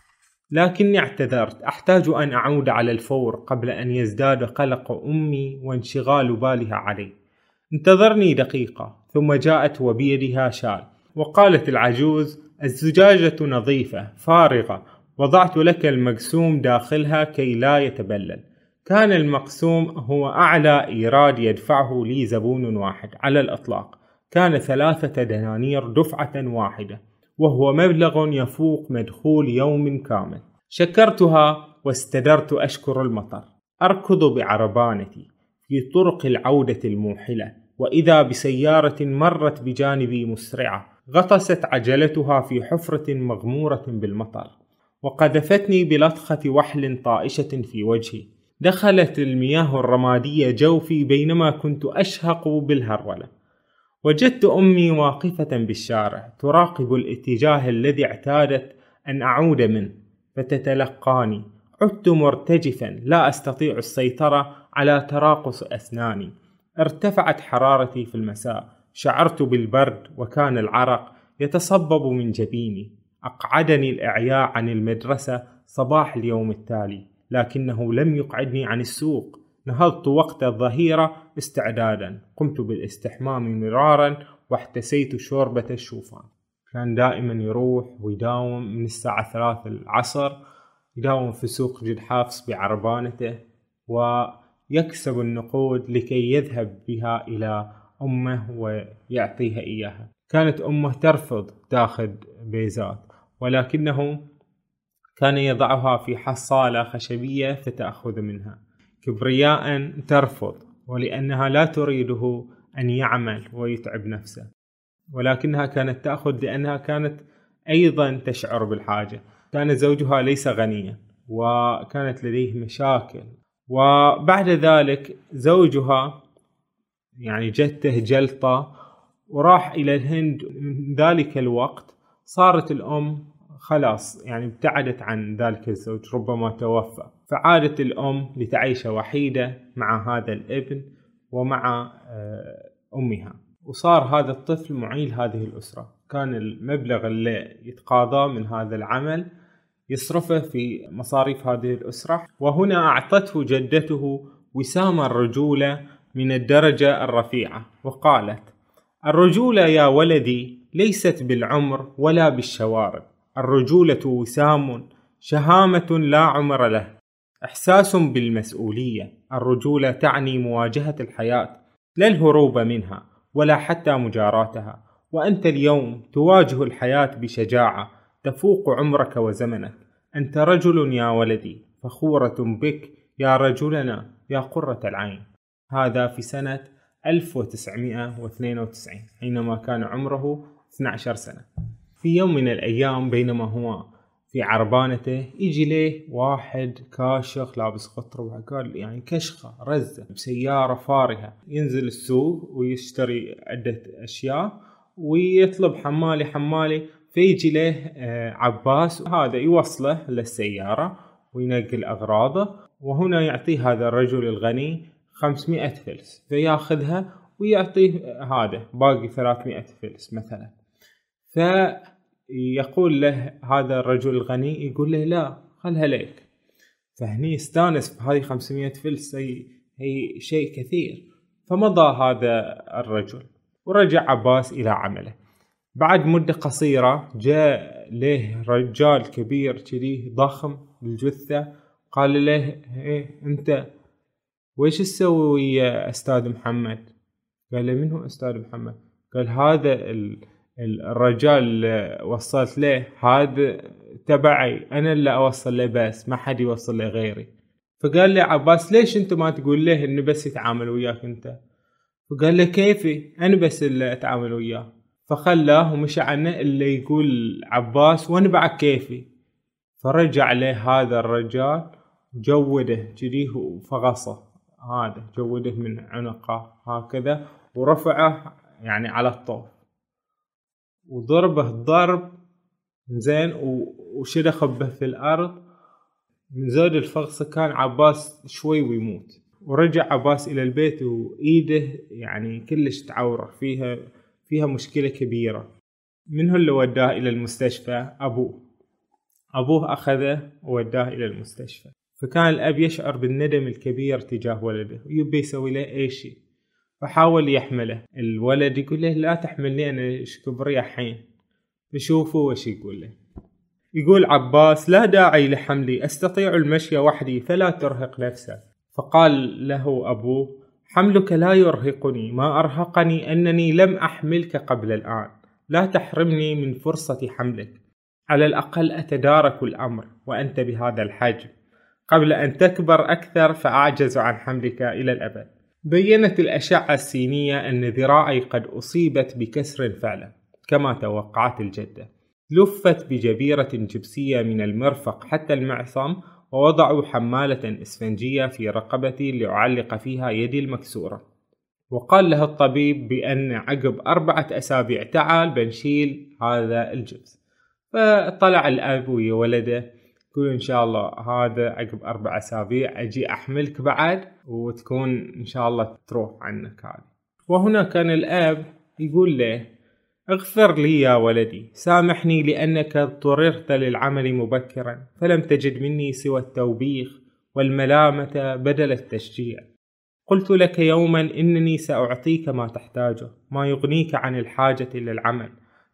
لكني اعتذرت، أحتاج أن أعود على الفور قبل أن يزداد قلق أمي وانشغال بالها علي. انتظرني دقيقة ثم جاءت وبيدها شال، وقالت العجوز: الزجاجة نظيفة فارغة، وضعت لك المقسوم داخلها كي لا يتبلل. كان المقسوم هو أعلى إيراد يدفعه لي زبون واحد على الإطلاق، كان ثلاثة دنانير دفعة واحدة، وهو مبلغ يفوق مدخول يوم كامل. شكرتها واستدرت أشكر المطر. أركض بعربانتي في طرق العودة الموحلة، وإذا بسيارة مرت بجانبي مسرعة غطست عجلتها في حفرة مغمورة بالمطر وقذفتني بلطخة وحل طائشة في وجهي. دخلت المياه الرمادية جوفي بينما كنت أشهق بالهرولة. وجدت أمي واقفة بالشارع تراقب الاتجاه الذي اعتادت أن أعود منه فتتلقاني. عدت مرتجفا لا أستطيع السيطرة على تراقص أسناني. ارتفعت حرارتي في المساء، شعرت بالبرد وكان العرق يتصبب من جبيني. أقعدني الإعياء عن المدرسة صباح اليوم التالي، لكنه لم يقعدني عن السوق. نهضت وقت الظهيرة استعدادا، قمت بالاستحمام مرارا واحتسيت شوربة الشوفان. كان دائما يروح ويداوم من الساعة ثلاث العصر، يداوم في سوق جد حافظ بعربانته ويكسب النقود لكي يذهب بها إلى أمه ويعطيها إياها. كانت أمه ترفض تأخذ بيزات، ولكنه كان يضعها في حصالة خشبية فتأخذ منها. كبرياء ترفض، ولأنها لا تريده أن يعمل ويتعب نفسه، ولكنها كانت تأخذ لأنها كانت أيضا تشعر بالحاجة. كان زوجها ليس غنيا وكانت لديه مشاكل، وبعد ذلك زوجها يعني جته جلطة وراح إلى الهند. من ذلك الوقت صارت الأم خلاص يعني ابتعدت عن ذلك الزوج، ربما توفى، فعادت الأم لتعيش وحيدة مع هذا الابن ومع أمها، وصار هذا الطفل معيل هذه الأسرة. كان المبلغ اللي يتقاضى من هذا العمل يصرفه في مصاريف هذه الأسرة. وهنا أعطته جدته وسام الرجولة من الدرجة الرفيعة وقالت: الرجولة يا ولدي ليست بالعمر ولا بالشوارب، الرجولة وسام شهامة لا عمر له، إحساس بالمسؤولية. الرجولة تعني مواجهة الحياة لا الهروب منها ولا حتى مجاراتها. وأنت اليوم تواجه الحياة بشجاعة تفوق عمرك وزمنك. أنت رجل يا ولدي، فخورة بك يا رجلنا يا قرة العين. هذا في سنة ألف وتسعمائة واثنين وتسعين حينما كان عمره اثنتي عشرة سنة. في يوم من الأيام بينما هو في عربانته يجي له واحد كاشخ لابس قطر وقال يعني كشخة رزة بسيارة فارهة، ينزل السوق ويشتري عدة أشياء ويطلب حمالي حمالي. فيجي له عباس، هذا يوصله للسيارة وينقل أغراضه، وهنا يعطيه هذا الرجل الغني خمسمائة فلس فياخذها ويعطيه هذا باقي ثلاثمائة فلس مثلا. فيقول له هذا الرجل الغني، يقول له لا خلها لك. فهني استانس بهذه خمسمائة فلس، هي, هي شيء كثير. فمضى هذا الرجل ورجع عباس إلى عمله. بعد مدة قصيرة جاء له رجال كبير كذي ضخم الجثة، قال له إيه أنت ويش تسوي يا أستاذ محمد؟ قال له من هو أستاذ محمد؟ قال هذا الرجال اللي وصلت له هذا تبعي، أنا اللي أوصل له بس ما حد يوصل له غيري. فقال له عباس ليش أنت ما تقول له إنه بس يتعامل وياك أنت؟ فقال له كيفي أنا بس اللي أتعامل وياه. فخلاه ومشى عنه اللي يقول عباس وانبعك كيفي. فرجع له هذا الرجال جوده جريه وفغصه، هذا جوده من عنقه هكذا ورفعه يعني على الطوف وضربه ضرب زين وشدخ به في الأرض. من زود الفغصة كان عباس شوي ويموت. ورجع عباس إلى البيت وإيده يعني كلش تعور، فيها فيها مشكلة كبيرة. منه اللي وداه إلى المستشفى؟ أبوه. أبوه أخذه ووداه إلى المستشفى. فكان الأب يشعر بالندم الكبير تجاه ولده ويبي يسوي له أي شيء، فحاول يحمله. الولد يقول له لا تحملني أنا شكبري الحين. فشوفوا وش يقول له. يقول عباس لا داعي لحملي، أستطيع المشي وحدي فلا ترهق نفسك. فقال له أبوه حملك لا يرهقني، ما أرهقني أنني لم أحملك قبل الآن، لا تحرمني من فرصة حملك، على الأقل أتدارك الأمر وأنت بهذا الحجم، قبل أن تكبر أكثر فأعجز عن حملك إلى الأبد. بيّنت الأشعة السينية أن ذراعي قد أصيبت بكسر فعلا كما توقعت الجدة. لفت بجبيرة جبسية من المرفق حتى المعصم، ووضعوا حمالة إسفنجية في رقبتي لأعلق فيها يدي المكسورة. وقال له الطبيب بأن عقب أربعة أسابيع تعال بنشيل هذا الجبس. فطلع الأب ويا ولده يقول إن شاء الله هذا عقب أربع أسابيع أجي أحملك بعد وتكون إن شاء الله تروح عنك هذه. وهنا كان الأب يقول له اغفر لي يا ولدي، سامحني لأنك اضطررت للعمل مبكرا فلم تجد مني سوى التوبيخ والملامة بدل التشجيع. قلت لك يوما إنني سأعطيك ما تحتاجه، ما يغنيك عن الحاجة للعمل.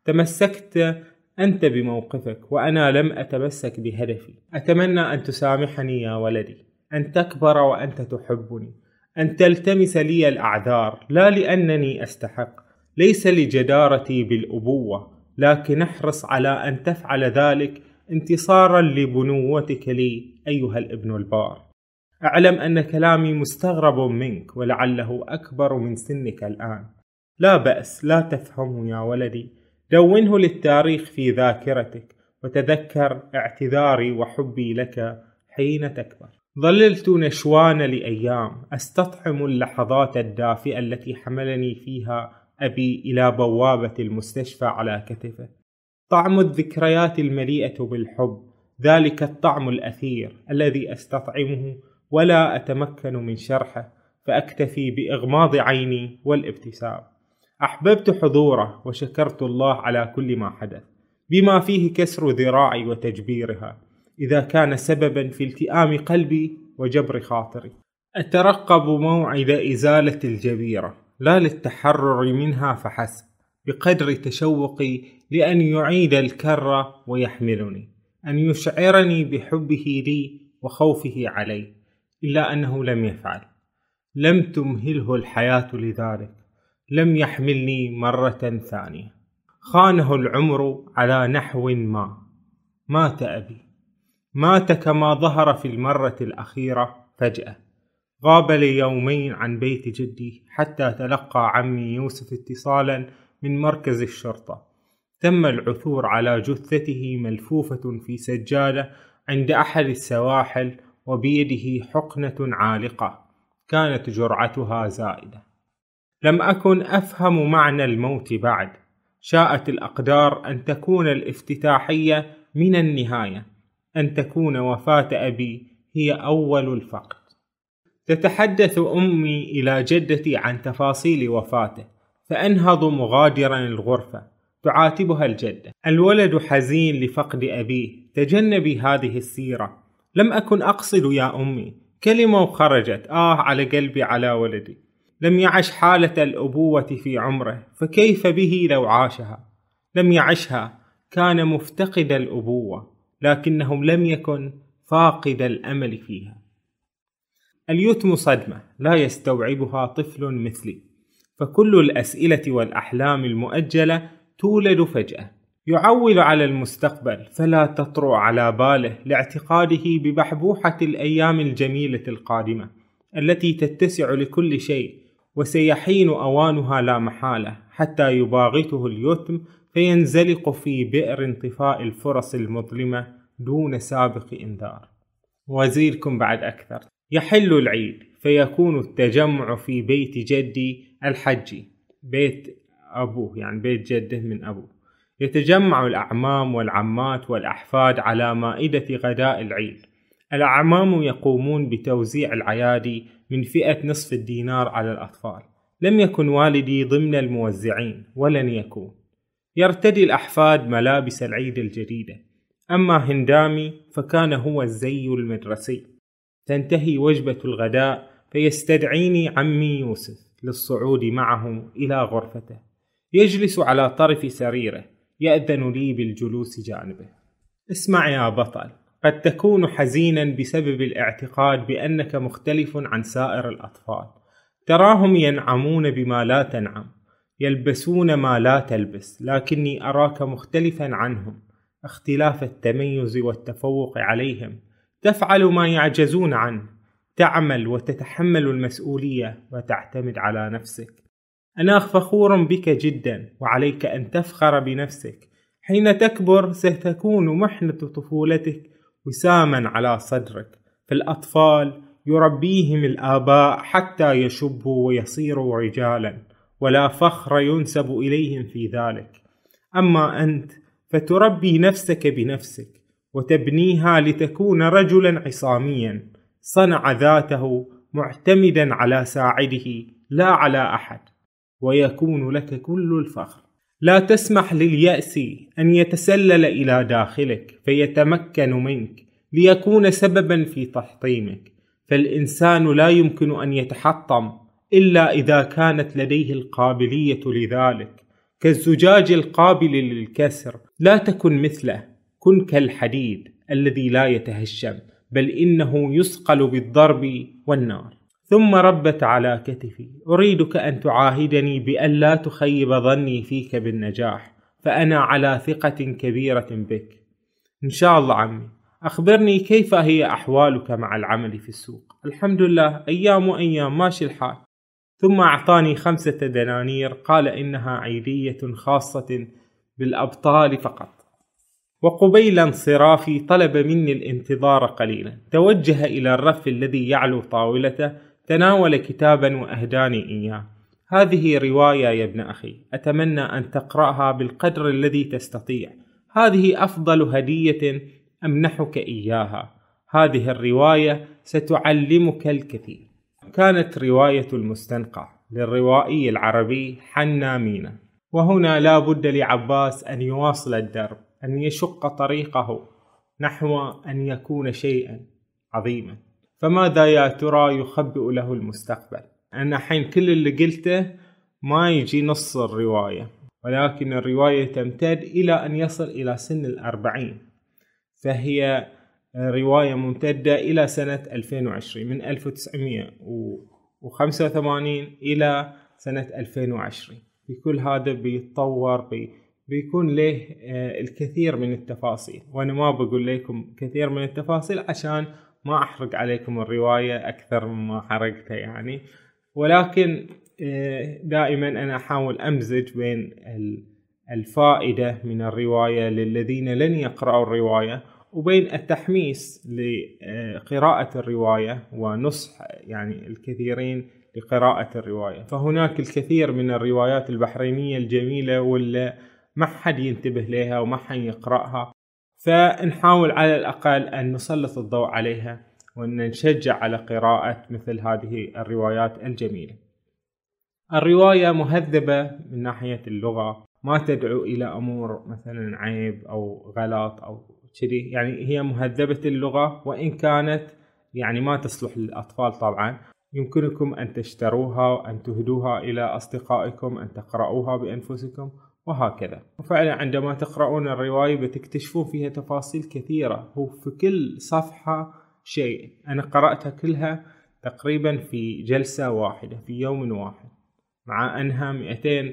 تمسكت أنت بموقفك وأنا لم أتمسك بهدفي. أتمنى أن تسامحني يا ولدي، أن تكبر وأنت تحبني، أن تلتمس لي الأعذار، لا لأنني أستحق، ليس لجدارتي بالأبوة، لكن احرص على أن تفعل ذلك انتصارا لبنوتك لي أيها الابن البار. أعلم أن كلامي مستغرب منك ولعله أكبر من سنك الآن. لا بأس، لا تفهمه يا ولدي، دونه للتاريخ في ذاكرتك وتذكر اعتذاري وحبي لك حين تكبر. ظللت نشوان لأيام أستطعم اللحظات الدافئة التي حملني فيها أبي إلى بوابة المستشفى على كتفه. طعم الذكريات المليئة بالحب، ذلك الطعم الأثير الذي أستطعمه ولا أتمكن من شرحه، فأكتفي بإغماض عيني والابتسام. أحببت حضوره وشكرت الله على كل ما حدث، بما فيه كسر ذراعي وتجبيرها، إذا كان سببا في التئام قلبي وجبر خاطري. أترقب موعد إزالة الجبيرة، لا للتحرر منها فحسب، بقدر تشوقي لأن يعيد الكرة ويحملني، أن يشعرني بحبه لي وخوفه علي، إلا أنه لم يفعل. لم تمهله الحياة لذلك، لم يحملني مرة ثانية. خانه العمر على نحو ما. مات أبي، مات كما ظهر في المرة الأخيرة فجأة. غاب ليومين عن بيت جدي حتى تلقى عمي يوسف اتصالا من مركز الشرطة. تم العثور على جثته ملفوفة في سجادة عند أحد السواحل وبيده حقنة عالقة كانت جرعتها زائدة. لم أكن أفهم معنى الموت بعد. شاءت الأقدار أن تكون الافتتاحية من النهاية، أن تكون وفاة أبي هي أول الفقد. تتحدث أمي إلى جدتي عن تفاصيل وفاته، فأنهض مغادرا الغرفة. تعاتبها الجدة: الولد حزين لفقد أبيه، تجنبي هذه السيرة. لم أكن أقصد يا أمي، كلمة وخرجت. آه على قلبي على ولدي، لم يعش حالة الأبوة في عمره، فكيف به لو عاشها؟ لم يعشها، كان مفتقد الأبوة، لكنه لم يكن فاقد الأمل فيها. اليتم صدمة لا يستوعبها طفل مثلي، فكل الأسئلة والأحلام المؤجلة تولد فجأة. يعول على المستقبل فلا تطرأ على باله لاعتقاده ببحبوحة الأيام الجميلة القادمة التي تتسع لكل شيء، وسيحين أوانها لا محالة حتى يباغته اليتم فينزلق في بئر انطفاء الفرص المظلمة دون سابق إنذار. وأزيدكم بعد أكثر. يحل العيد فيكون التجمع في بيت جدي الحجي، بيت أبوه يعني بيت جده من أبوه. يتجمع الأعمام والعمات والأحفاد على مائدة غداء العيد. الأعمام يقومون بتوزيع العيادي من فئة نصف الدينار على الأطفال. لم يكن والدي ضمن الموزعين ولن يكون. يرتدي الأحفاد ملابس العيد الجديدة. أما هندامي فكان هو الزي المدرسي. تنتهي وجبة الغداء فيستدعيني عمي يوسف للصعود معه إلى غرفته. يجلس على طرف سريره، يأذن لي بالجلوس جانبه. اسمع يا بطل، قد تكون حزينا بسبب الاعتقاد بأنك مختلف عن سائر الأطفال. تراهم ينعمون بما لا تنعم، يلبسون ما لا تلبس، لكني أراك مختلفا عنهم، اختلاف التميز والتفوق عليهم. تفعل ما يعجزون عنه، تعمل وتتحمل المسؤولية وتعتمد على نفسك. أنا فخور بك جدا، وعليك أن تفخر بنفسك. حين تكبر ستكون محنة طفولتك وساما على صدرك. فالأطفال يربيهم الآباء حتى يشبوا ويصيروا رجالا، ولا فخر ينسب إليهم في ذلك. أما أنت فتربي نفسك بنفسك وتبنيها لتكون رجلا عصاميا صنع ذاته معتمدا على ساعده لا على أحد، ويكون لك كل الفخر. لا تسمح لليأس أن يتسلل إلى داخلك فيتمكن منك ليكون سببا في تحطيمك. فالإنسان لا يمكن أن يتحطم إلا إذا كانت لديه القابلية لذلك، كالزجاج القابل للكسر. لا تكن مثله، كن كالحديد الذي لا يتهشم، بل إنه يثقل بالضرب والنار. ثم ربت على كتفي. أريدك أن تعاهدني بأن لا تخيب ظني فيك بالنجاح، فأنا على ثقة كبيرة بك. إن شاء الله عمي. أخبرني كيف هي أحوالك مع العمل في السوق؟ الحمد لله، أيام وأيام ماشي الحال. ثم أعطاني خمسة دنانير، قال إنها عيدية خاصة بالأبطال فقط. وقبيل انصرافي طلب مني الانتظار قليلا. توجه إلى الرف الذي يعلو طاولته، تناول كتابا وأهداني إياه. هذه رواية يا ابن أخي، أتمنى أن تقرأها بالقدر الذي تستطيع. هذه أفضل هدية أمنحك إياها. هذه الرواية ستعلمك الكثير. كانت رواية المستنقع للروائي العربي حنا مينا. وهنا لا بد لعباس أن يواصل الدرب، أن يشق طريقه نحو أن يكون شيئا عظيما. فماذا يا ترى يخبئ له المستقبل؟ أنا حين كل اللي قلته ما يجي نص الرواية، ولكن الرواية تمتد إلى أن يصل إلى سن الأربعين، فهي رواية ممتدة إلى سنة ألفين وعشرين، من ألف وتسعمائة وخمسة وثمانين إلى سنة ألفين وعشرين. بكل هذا بيتطور، بي بيكون له الكثير من التفاصيل، وأنا ما بقول لكم كثير من التفاصيل عشان ما أحرق عليكم الرواية أكثر مما حرقتها يعني. ولكن دائما أنا أحاول أمزج بين الفائدة من الرواية للذين لن يقرأوا الرواية، وبين التحميس لقراءة الرواية ونصح يعني الكثيرين لقراءة الرواية. فهناك الكثير من الروايات البحرينية الجميلة واللي ما حد ينتبه لها وما حد يقرأها، فنحاول على الأقل أن نسلط الضوء عليها وأن نشجع على قراءة مثل هذه الروايات الجميلة. الرواية مهذبة من ناحية اللغة، ما تدعو إلى أمور مثلا عيب أو غلط أو كذي، يعني هي مهذبة اللغة، وإن كانت يعني ما تصلح للأطفال طبعا. يمكنكم أن تشتروها وأن تهدوها إلى أصدقائكم، أن تقرأوها بأنفسكم وهكذا. وفعلا عندما تقرؤون الرواية بتكتشفون فيها تفاصيل كثيرة، هو في كل صفحة شيء. أنا قرأتها كلها تقريبا في جلسة واحدة في يوم واحد، مع أنها مئتين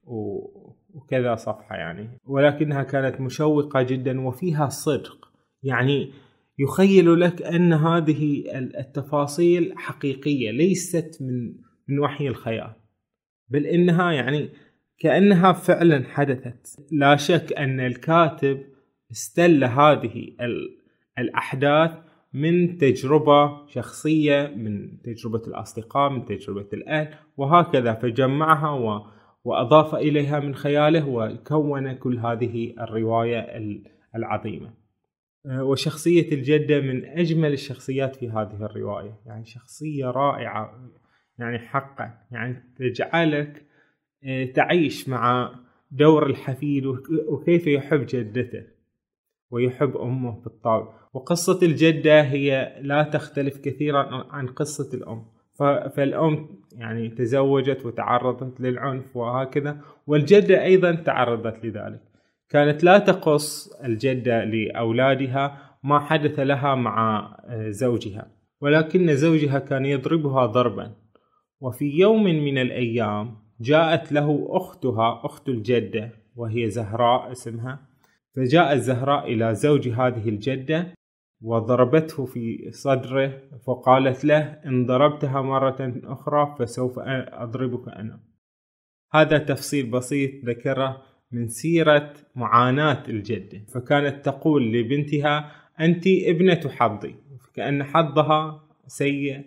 وكذا صفحة يعني، ولكنها كانت مشوقة جدا وفيها صدق. يعني يخيل لك أن هذه التفاصيل حقيقية، ليست من من وحي الخيال، بل إنها يعني كأنها فعلا حدثت. لا شك أن الكاتب استل هذه الأحداث من تجربة شخصية، من تجربة الأصدقاء، من تجربة الأهل، وهكذا، فجمعها و... وأضاف إليها من خياله وكون كل هذه الرواية العظيمة. وشخصية الجدة من أجمل الشخصيات في هذه الرواية، يعني شخصية رائعة يعني حقا، يعني تجعلك تعيش مع دور الحفيد وكيف يحب جدته ويحب أمه بالطبع. وقصة الجدة هي لا تختلف كثيرا عن قصة الأم، فالأم يعني تزوجت وتعرضت للعنف وهكذا، والجدة أيضا تعرضت لذلك. كانت لا تقص الجدة لأولادها ما حدث لها مع زوجها، ولكن زوجها كان يضربها ضربا. وفي يوم من الأيام جاءت له أختها، أخت الجدة، وهي زهراء اسمها، فجاءت زهراء إلى زوج هذه الجدة وضربته في صدره، فقالت له: إن ضربتها مرة أخرى فسوف أضربك أنا. هذا تفصيل بسيط ذكره من سيرة معاناة الجدة. فكانت تقول لبنتها: أنت ابنة حظي، كأن حظها سيء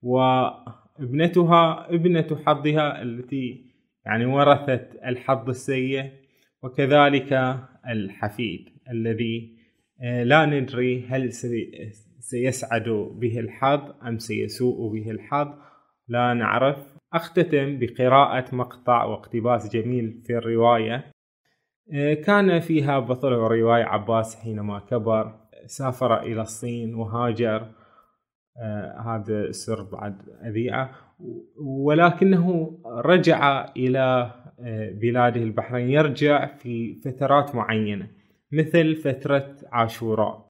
وابنتها ابنة حظها التي يعني ورثت الحظ السيء. وكذلك الحفيد الذي لا ندري هل سيسعد به الحظ أم سيسوء به الحظ، لا نعرف. أختتم بقراءة مقطع واقتباس جميل في الرواية. كان فيها بطل الرواية عباس حينما كبر سافر إلى الصين وهاجر، هذا سر بعد أذيعة، ولكنه رجع إلى بلاده البحرين، يرجع في فترات معينة مثل فترة عاشوراء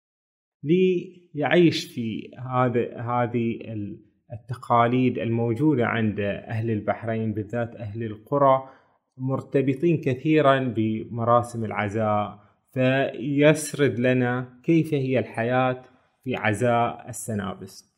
ليعيش في هذا هذه التقاليد الموجودة عند أهل البحرين، بالذات أهل القرى، مرتبطين كثيرا بمراسم العزاء، فيسرد لنا كيف هي الحياة في عزاء السنابس.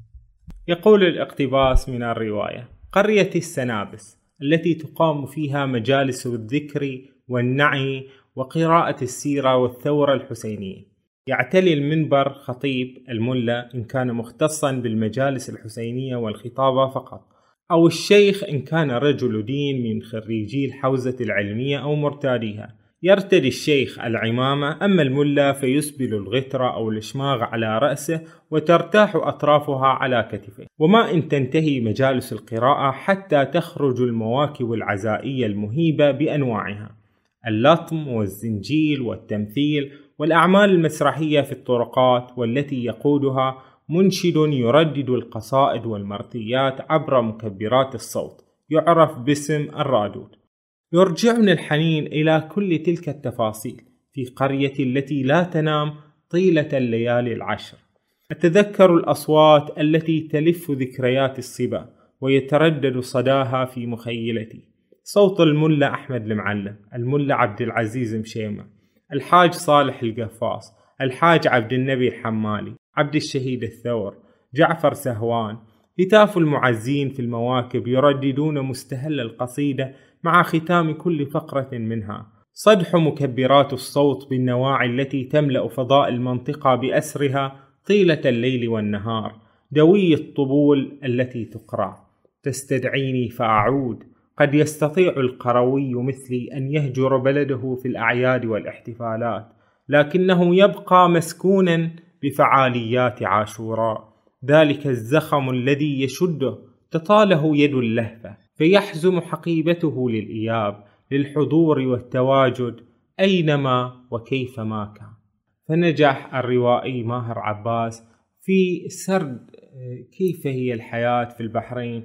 يقول الاقتباس من الرواية: قرية السنابس التي تقام فيها مجالس الذكر والنعي وقراءة السيرة والثورة الحسينية. يعتلي المنبر خطيب الملا إن كان مختصا بالمجالس الحسينية والخطابة فقط، أو الشيخ إن كان رجل دين من خريجي الحوزة العلمية أو مرتاديها. يرتدي الشيخ العمامة، أما الملا فيسبل الغترة أو الإشماغ على رأسه وترتاح أطرافها على كتفه. وما إن تنتهي مجالس القراءة حتى تخرج المواكب العزائية المهيبة بأنواعها: اللطم والزنجيل والتمثيل والأعمال المسرحية في الطرقات، والتي يقودها منشد يردد القصائد والمرثيات عبر مكبرات الصوت يعرف باسم الرادود. يرجعني الحنين إلى كل تلك التفاصيل في قرية التي لا تنام طيلة الليالي العشر. أتذكر الأصوات التي تلف ذكريات الصبا ويتردد صداها في مخيلتي: صوت الملا أحمد المعلم، الملا عبد العزيز مشيمة، الحاج صالح القفاص، الحاج عبد النبي الحمالي، عبد الشهيد الثور، جعفر سهوان. هتاف المعزين في المواكب يرددون مستهل القصيدة مع ختام كل فقرة منها. صدح مكبرات الصوت بالنواعي التي تملأ فضاء المنطقة بأسرها طيلة الليل والنهار. دوي الطبول التي تقرع تستدعيني فأعود. قد يستطيع القروي مثلي أن يهجر بلده في الأعياد والاحتفالات، لكنه يبقى مسكونا بفعاليات عاشوراء، ذلك الزخم الذي يشده تطاله يد اللهفة، فيحزم حقيبته للإياب، للحضور والتواجد أينما وكيفما كان. فنجح الروائي ماهر عباس في سرد كيف هي الحياة في البحرين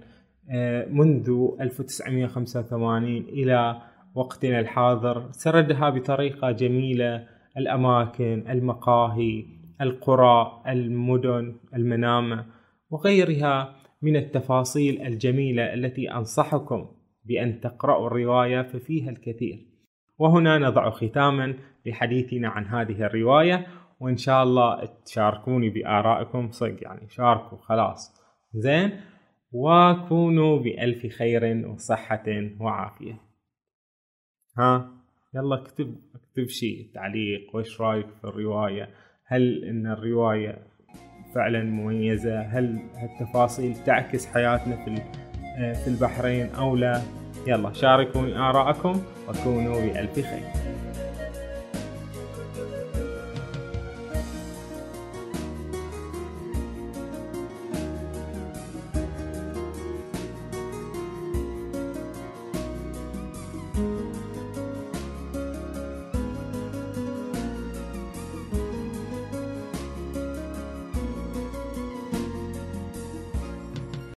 منذ ألف وتسعمائة وخمسة وثمانين إلى وقتنا الحاضر. سردها بطريقة جميلة: الأماكن، المقاهي، القرى، المدن، المنامة، وغيرها من التفاصيل الجميلة التي أنصحكم بأن تقرأوا الرواية، ففيها الكثير. وهنا نضع ختاما لحديثنا عن هذه الرواية، وإن شاء الله تشاركوني بآرائكم، صدق يعني شاركوا خلاص زين، وكونوا بألف خير وصحة وعافية. ها يلا اكتب اكتب شيء تعليق، وش رايك في الرواية؟ هل ان الرواية فعلا مميزة؟ هل هالتفاصيل تعكس حياتنا في في البحرين او لا؟ يلا شاركوني آراءكم وكونوا بألف خير.